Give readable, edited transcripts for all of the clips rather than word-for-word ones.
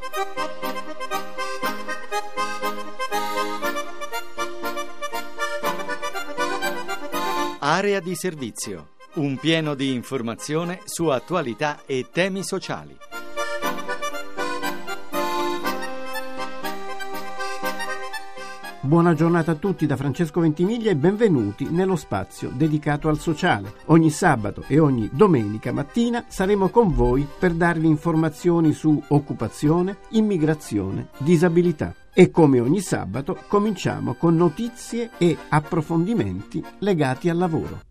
Area di servizio, un pieno di informazione su attualità e temi sociali. Buona giornata a tutti da Francesco Ventimiglia e benvenuti nello spazio dedicato al sociale. Ogni sabato e ogni domenica mattina saremo con voi per darvi informazioni su occupazione, immigrazione, disabilità. E come ogni sabato cominciamo con notizie e approfondimenti legati al lavoro.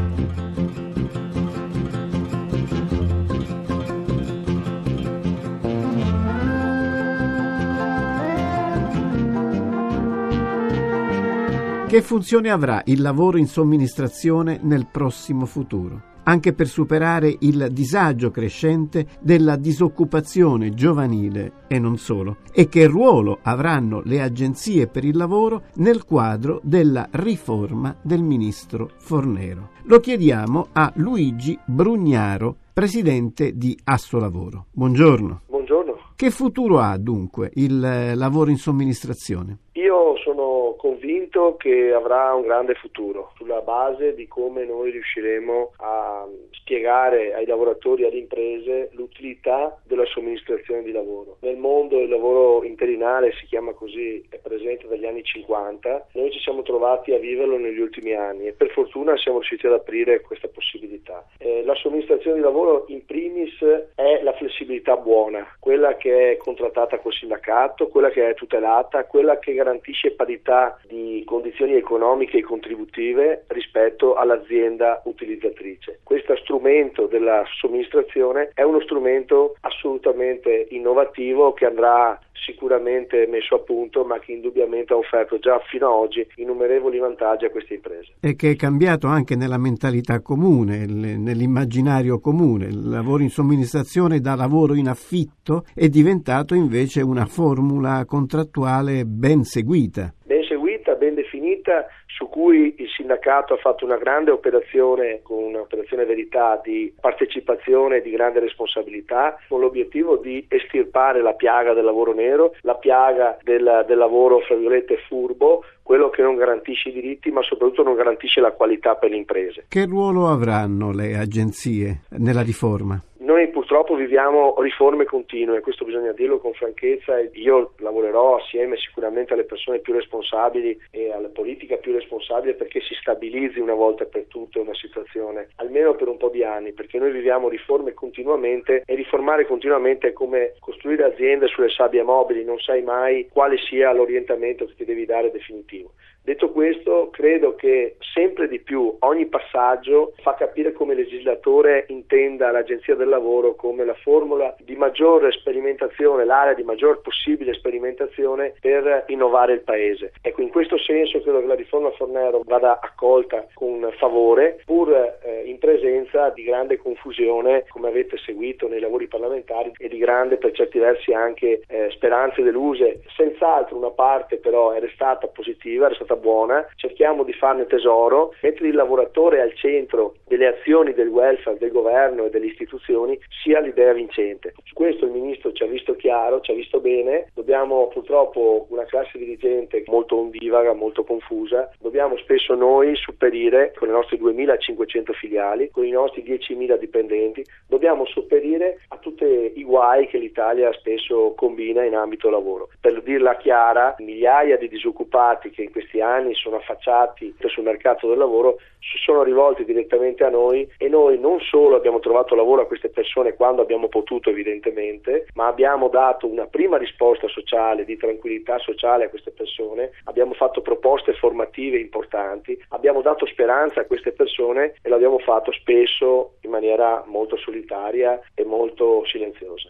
Che funzione avrà il lavoro in somministrazione nel prossimo futuro? Anche per superare il disagio crescente della disoccupazione giovanile e non solo. E che ruolo avranno le agenzie per il lavoro nel quadro della riforma del ministro Fornero? Lo chiediamo a Luigi Brugnaro, presidente di Assolavoro. Buongiorno. Buongiorno. Che futuro ha dunque il lavoro in somministrazione? Io sono convinto che avrà un grande futuro sulla base di come noi riusciremo a spiegare ai lavoratori e alle imprese l'utilità della somministrazione di lavoro. Nel mondo il lavoro interinale, si chiama così, è presente dagli anni 50, noi ci siamo trovati a viverlo negli ultimi anni e per fortuna siamo riusciti ad aprire questa possibilità. La somministrazione di lavoro in primis è la flessibilità buona, quella che è contrattata col sindacato, quella che è tutelata, quella che garantisce parità di condizioni economiche e contributive rispetto all'azienda utilizzatrice. Questo strumento della somministrazione è uno strumento assolutamente innovativo che andrà sicuramente messo a punto, ma che indubbiamente ha offerto già fino ad oggi innumerevoli vantaggi a queste imprese. E che è cambiato anche nella mentalità comune, nell'immaginario comune. Il lavoro in somministrazione da lavoro in affitto è diventato invece una formula contrattuale ben seguita, ben definita, su cui il sindacato ha fatto una grande operazione, con un'operazione verità di partecipazione e di grande responsabilità, con l'obiettivo di estirpare la piaga del lavoro nero, la piaga del lavoro fra virgolette furbo, quello che non garantisce i diritti ma soprattutto non garantisce la qualità per le imprese. Che ruolo avranno le agenzie nella riforma? Noi purtroppo viviamo riforme continue, questo bisogna dirlo con franchezza, e io lavorerò assieme sicuramente alle persone più responsabili e alla politica più responsabile perché si stabilizzi una volta per tutte una situazione, almeno per un po' di anni, perché noi viviamo riforme continuamente e riformare continuamente è come costruire aziende sulle sabbie mobili, non sai mai quale sia l'orientamento che ti devi dare definitivo. Detto questo, credo che sempre di più ogni passaggio fa capire come il legislatore intenda l'Agenzia del Lavoro come la formula di maggior sperimentazione, l'area di maggior possibile sperimentazione per innovare il Paese. Ecco, in questo senso credo che la riforma Fornero vada accolta con favore, pur in presenza di grande confusione, come avete seguito nei lavori parlamentari, e di grande, per certi versi, anche speranze deluse. Senz'altro una parte però è restata positiva, è restata buona, cerchiamo di farne tesoro, mettere il lavoratore al centro delle azioni del welfare, del governo e delle istituzioni sia l'idea vincente. Su questo il Ministro ci ha visto chiaro, ci ha visto bene, dobbiamo purtroppo una classe dirigente molto ondivaga, molto confusa, dobbiamo spesso noi sopperire con le nostre 2.500 filiali, con i nostri 10.000 dipendenti, dobbiamo sopperire a tutti i guai che l'Italia spesso combina in ambito lavoro. Per dirla chiara, migliaia di disoccupati che in questi anni sono affacciati sul mercato del lavoro si sono rivolti direttamente a noi e noi non solo abbiamo trovato lavoro a queste persone quando abbiamo potuto evidentemente, ma abbiamo dato una prima risposta sociale, di tranquillità sociale a queste persone, abbiamo fatto proposte formative importanti, abbiamo dato speranza a queste persone e l'abbiamo fatto spesso in maniera molto solitaria e molto silenziosa.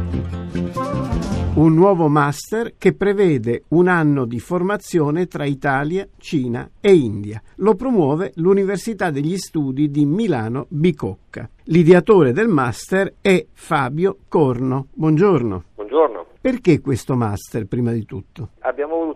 Un nuovo master che prevede un anno di formazione tra Italia, Cina e India. Lo promuove l'Università degli Studi di Milano Bicocca. L'ideatore del master è Fabio Corno. Buongiorno. Buongiorno. Perché questo master, prima di tutto? Abbiamo voluto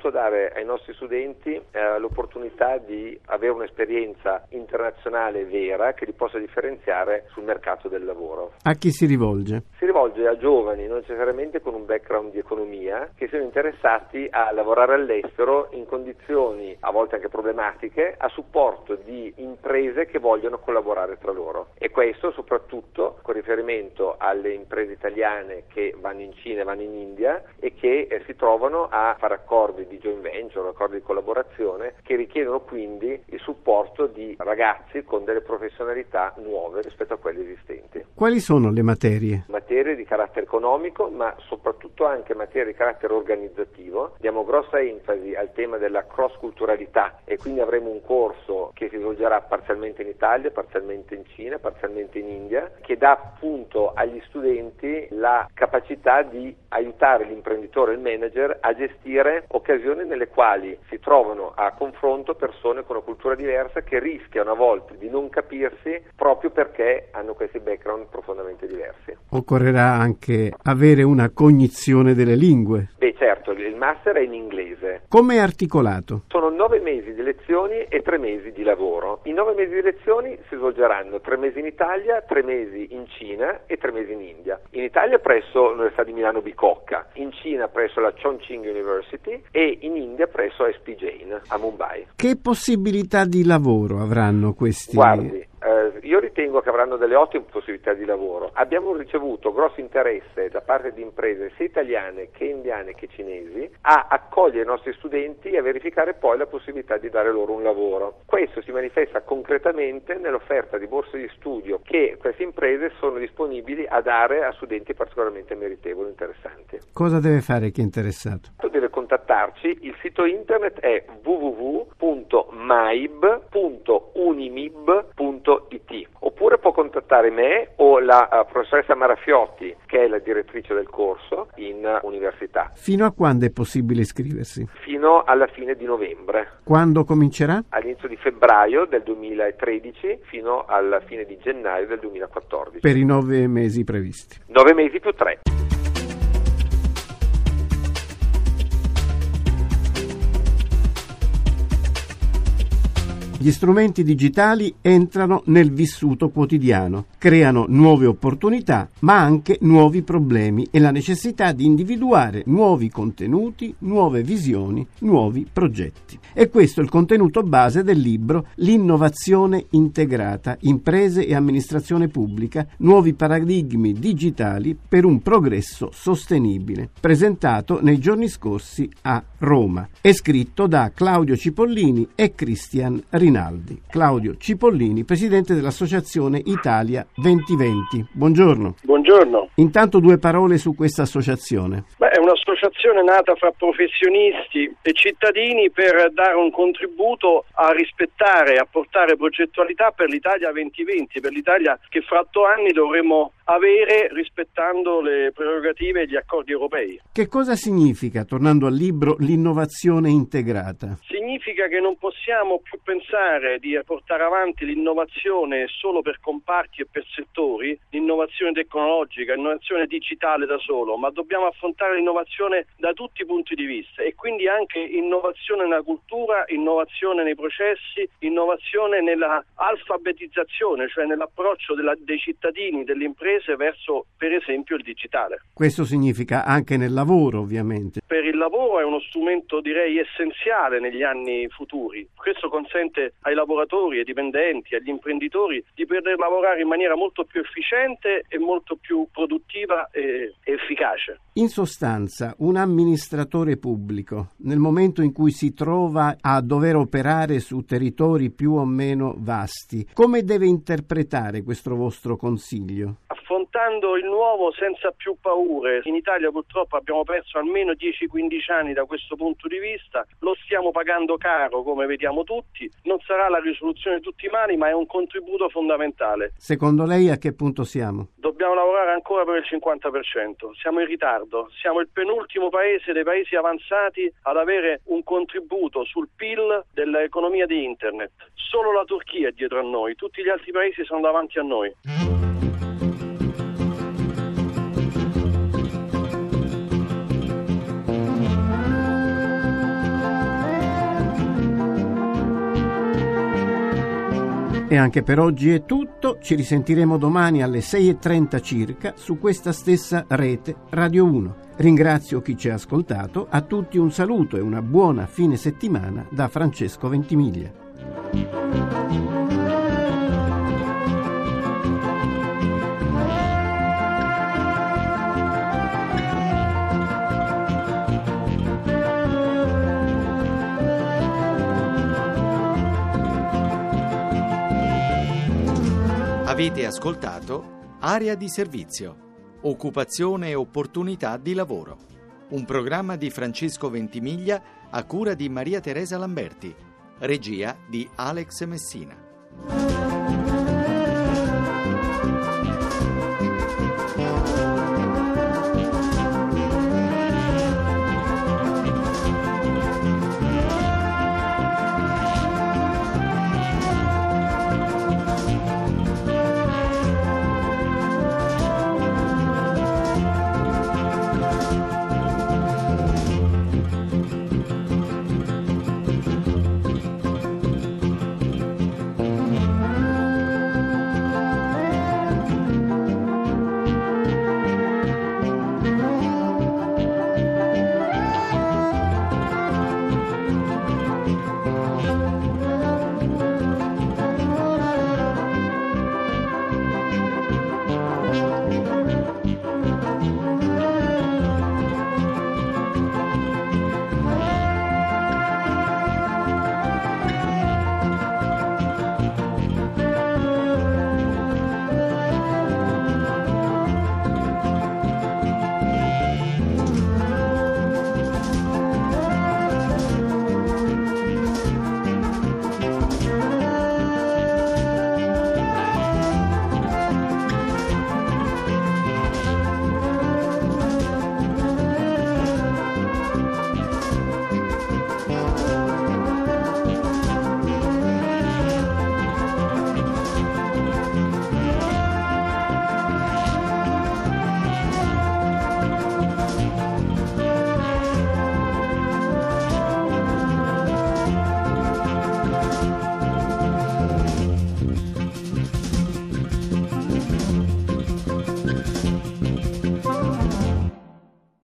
soprattutto dare ai nostri studenti l'opportunità di avere un'esperienza internazionale vera che li possa differenziare sul mercato del lavoro. A chi si rivolge? Si rivolge a giovani, non necessariamente con un background di economia, che siano interessati a lavorare all'estero in condizioni a volte anche problematiche, a supporto di imprese che vogliono collaborare tra loro. E questo soprattutto con riferimento alle imprese italiane che vanno in Cina e vanno in India e che si trovano a fare accordi di joint venture, accordi di collaborazione, che richiedono quindi il supporto di ragazzi con delle professionalità nuove rispetto a quelle esistenti. Quali sono le materie? Materie di carattere economico, ma soprattutto anche materie di carattere organizzativo. Diamo grossa enfasi al tema della cross-culturalità e quindi avremo un corso che si svolgerà parzialmente in Italia, parzialmente in Cina, parzialmente in India, che dà appunto agli studenti la capacità di aiutare l'imprenditore e il manager a gestire occasioni nelle quali si trovano a confronto persone con una cultura diversa che rischiano a volte di non capirsi proprio perché hanno questi background profondamente diversi. Occorrerà anche avere una cognizione delle lingue. Beh, certo, il master è in inglese. Come è articolato? Sono 9 mesi di lezioni e 3 mesi di lavoro. In 9 mesi di lezioni si svolgeranno 3 mesi in Italia, 3 mesi in Cina e 3 mesi in India. In Italia presso l'Università di Milano Bicocca, in Cina presso la Chongqing University e in India presso SP Jain a Mumbai. Che possibilità di lavoro avranno questi? Guardi, io ritengo che avranno delle ottime possibilità di lavoro. Abbiamo ricevuto grosso interesse da parte di imprese sia italiane che indiane che cinesi a accogliere i nostri studenti e a verificare poi la possibilità di dare loro un lavoro. Questo si manifesta concretamente nell'offerta di borse di studio che queste imprese sono disponibili a dare a studenti particolarmente meritevoli e interessanti. Cosa deve fare chi è interessato? Deve contattarci, il sito internet è www.maib.unimib.it oppure può contattare me o la professoressa Marafiotti, che è la direttrice del corso in università. Fino a quando è possibile iscriversi? Fino alla fine di novembre. Quando comincerà? All'inizio di febbraio del 2013 fino alla fine di gennaio del 2014. Per i 9 mesi previsti. 9 mesi più 3. Gli strumenti digitali entrano nel vissuto quotidiano, creano nuove opportunità, ma anche nuovi problemi e la necessità di individuare nuovi contenuti, nuove visioni, nuovi progetti. E questo è il contenuto base del libro L'innovazione integrata, imprese e amministrazione pubblica, nuovi paradigmi digitali per un progresso sostenibile, presentato nei giorni scorsi a Roma. È scritto da Claudio Cipollini e Cristian Rinaldi. Claudio Cipollini, presidente dell'Associazione Italia 2020. Buongiorno. Buongiorno. Intanto 2 parole su questa associazione. È un'associazione nata fra professionisti e cittadini per dare un contributo a rispettare e a portare progettualità per l'Italia 2020, per l'Italia che fra 8 anni dovremo avere rispettando le prerogative e gli accordi europei. Che cosa significa, tornando al libro, l'innovazione integrata? Significa che non possiamo più pensare di portare avanti l'innovazione solo per comparti e per settori, l'innovazione tecnologica, l'innovazione digitale da solo, ma dobbiamo affrontare l'innovazione da tutti i punti di vista e quindi anche innovazione nella cultura, innovazione nei processi, innovazione nella alfabetizzazione, cioè nell'approccio dei cittadini, delle imprese verso, per esempio, il digitale. Questo significa anche nel lavoro, ovviamente. Per il lavoro è uno strumento, direi, essenziale negli anni futuri. Questo consente ai lavoratori, ai dipendenti, agli imprenditori di poter lavorare in maniera molto più efficiente e molto più produttiva e efficace. In sostanza, un amministratore pubblico, nel momento in cui si trova a dover operare su territori più o meno vasti, come deve interpretare questo vostro consiglio? Affrontando il nuovo senza più paure. In Italia purtroppo abbiamo perso almeno 10-15 anni da questo punto di vista, lo stiamo pagando caro come vediamo tutti, non sarà la risoluzione di tutti i mali ma è un contributo fondamentale. Secondo lei a che punto siamo? Dobbiamo lavorare ancora per il 50%, siamo in ritardo, siamo il penultimo paese dei paesi avanzati ad avere un contributo sul PIL dell'economia di Internet. Solo la Turchia è dietro a noi, tutti gli altri paesi sono davanti a noi. E anche per oggi è tutto, ci risentiremo domani alle 6:30 circa su questa stessa rete Radio 1. Ringrazio chi ci ha ascoltato, a tutti un saluto e una buona fine settimana da Francesco Ventimiglia. Avete ascoltato Area di Servizio, Occupazione e Opportunità di Lavoro, un programma di Francesco Ventimiglia a cura di Maria Teresa Lamberti, regia di Alex Messina.